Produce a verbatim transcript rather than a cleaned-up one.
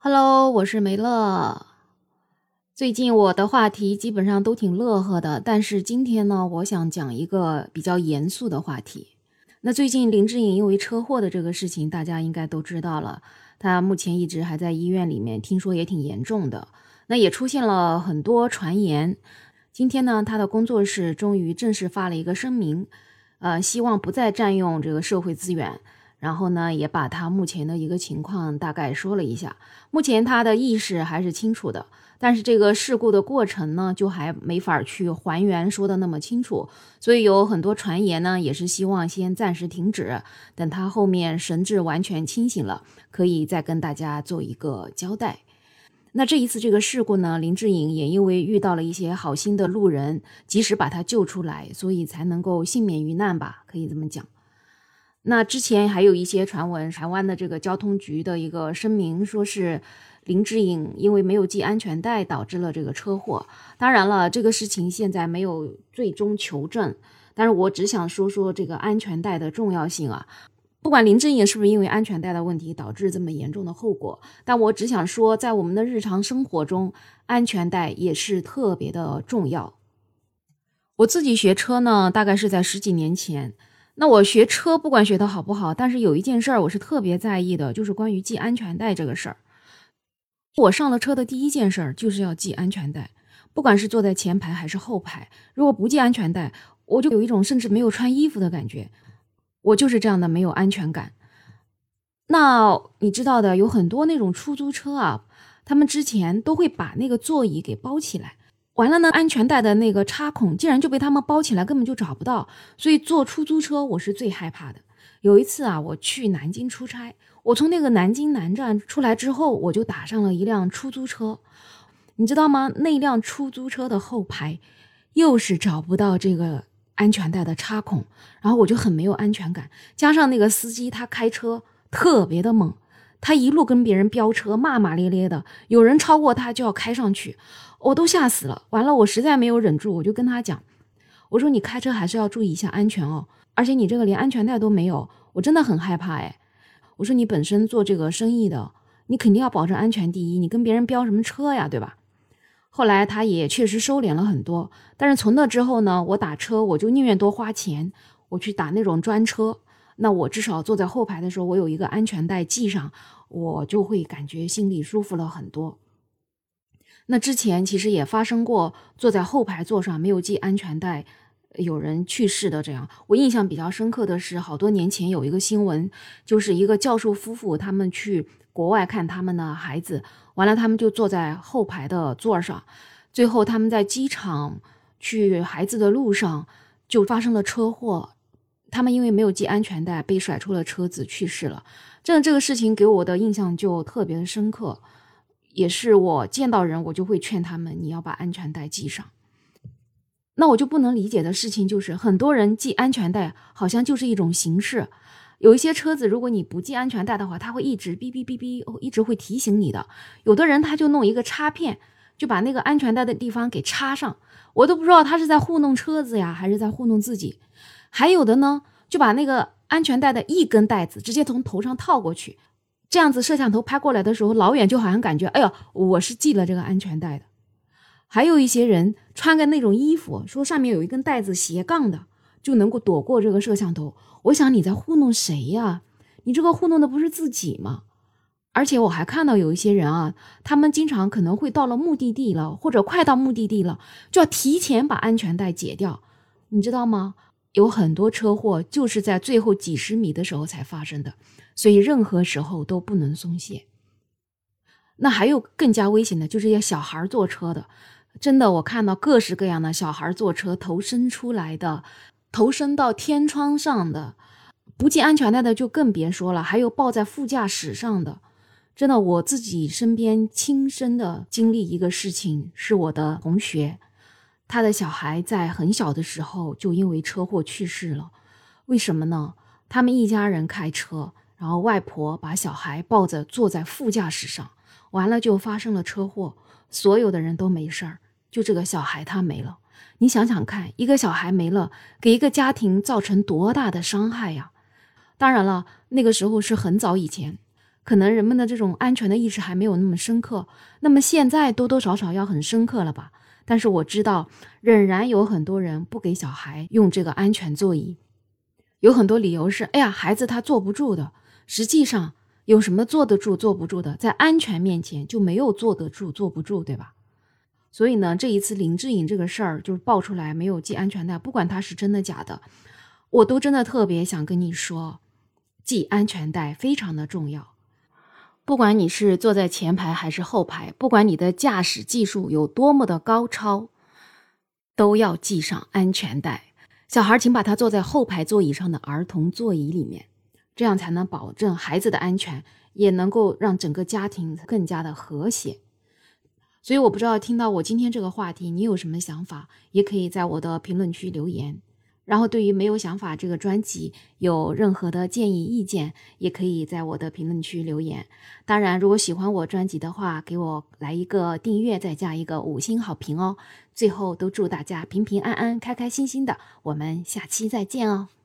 Hello，我是梅乐。最近我的话题基本上都挺乐呵的，但是今天呢，我想讲一个比较严肃的话题。那最近林志颖因为车祸的这个事情，大家应该都知道了，他目前一直还在医院里面，听说也挺严重的。那也出现了很多传言。今天呢，他的工作室终于正式发了一个声明，呃，希望不再占用这个社会资源。然后呢，也把他目前的一个情况大概说了一下。目前他的意识还是清楚的，但是这个事故的过程呢，就还没法去还原说的那么清楚。所以有很多传言呢，也是希望先暂时停止，等他后面神志完全清醒了，可以再跟大家做一个交代。那这一次这个事故呢，林志颖也因为遇到了一些好心的路人，及时把他救出来，所以才能够幸免于难吧，可以这么讲。那之前还有一些传闻，台湾的这个交通局的一个声明，说是林志颖因为没有系安全带导致了这个车祸。当然了，这个事情现在没有最终求证，但是我只想说说这个安全带的重要性啊。不管林志颖是不是因为安全带的问题导致这么严重的后果，但我只想说，在我们的日常生活中，安全带也是特别的重要。我自己学车呢，大概是在十几年前。那我学车不管学得好不好，但是有一件事儿我是特别在意的，就是关于系安全带这个事儿。我上了车的第一件事儿就是要系安全带，不管是坐在前排还是后排，如果不系安全带，我就有一种甚至没有穿衣服的感觉，我就是这样的没有安全感。那你知道的，有很多那种出租车啊，他们之前都会把那个座椅给包起来，完了呢，安全带的那个插孔竟然就被他们包起来，根本就找不到。所以坐出租车我是最害怕的。有一次啊，我去南京出差，我从那个南京南站出来之后，我就打上了一辆出租车。你知道吗？那辆出租车的后排又是找不到这个安全带的插孔，然后我就很没有安全感。加上那个司机他开车特别的猛，他一路跟别人飙车，骂骂咧咧的，有人超过他就要开上去，我都吓死了。完了，我实在没有忍住，我就跟他讲，我说你开车还是要注意一下安全哦，而且你这个连安全带都没有，我真的很害怕哎。我说你本身做这个生意的，你肯定要保证安全第一，你跟别人飙什么车呀，对吧？后来他也确实收敛了很多，但是从那之后呢，我打车我就宁愿多花钱，我去打那种专车，那我至少坐在后排的时候，我有一个安全带系上，我就会感觉心里舒服了很多。那之前其实也发生过坐在后排座上没有系安全带有人去世的这样。我印象比较深刻的是，好多年前有一个新闻，就是一个教授夫妇他们去国外看他们的孩子，完了他们就坐在后排的座上，最后他们在机场去孩子的路上就发生了车祸，他们因为没有系安全带被甩出了车子去世了。真的这个事情给我的印象就特别的深刻，也是我见到人我就会劝他们你要把安全带系上。那我就不能理解的事情就是，很多人系安全带好像就是一种形式，有一些车子如果你不系安全带的话，它会一直哔哔哔哔，一直会提醒你的。有的人他就弄一个插片，就把那个安全带的地方给插上，我都不知道他是在糊弄车子呀，还是在糊弄自己。还有的呢，就把那个安全带的一根带子直接从头上套过去，这样子摄像头拍过来的时候，老远就好像感觉哎呦，我是系了这个安全带的。还有一些人穿个那种衣服，说上面有一根带子斜杠的，就能够躲过这个摄像头。我想你在糊弄谁呀？你这个糊弄的不是自己吗？而且我还看到有一些人啊，他们经常可能会到了目的地了，或者快到目的地了，就要提前把安全带解掉。你知道吗？有很多车祸就是在最后几十米的时候才发生的，所以任何时候都不能松懈。那还有更加危险的，就是这些小孩坐车的。真的，我看到各式各样的小孩坐车，头伸出来的，头伸到天窗上的，不系安全带的就更别说了，还有抱在副驾驶上的。真的，我自己身边亲身的经历一个事情，是我的同学，他的小孩在很小的时候就因为车祸去世了。为什么呢？他们一家人开车，然后外婆把小孩抱着坐在副驾驶上，完了就发生了车祸，所有的人都没事儿，就这个小孩他没了。你想想看，一个小孩没了，给一个家庭造成多大的伤害呀！当然了，那个时候是很早以前， 可能人们的这种安全的意识还没有那么深刻，那么现在多多少少要很深刻了吧。但是我知道仍然有很多人不给小孩用这个安全座椅，有很多理由是，哎呀，孩子他坐不住的。实际上有什么坐得住坐不住的，在安全面前就没有坐得住坐不住，对吧？所以呢，这一次林志颖这个事儿就是爆出来没有系安全带，不管他是真的假的，我都真的特别想跟你说，系安全带非常的重要。不管你是坐在前排还是后排，不管你的驾驶技术有多么的高超，都要系上安全带。小孩请把他坐在后排座椅上的儿童座椅里面，这样才能保证孩子的安全，也能够让整个家庭更加的和谐。所以我不知道听到我今天这个话题你有什么想法，也可以在我的评论区留言。然后对于没有想法这个专辑有任何的建议意见，也可以在我的评论区留言。当然如果喜欢我专辑的话，给我来一个订阅，再加一个五星好评哦。最后都祝大家平平安安开开心心的，我们下期再见哦。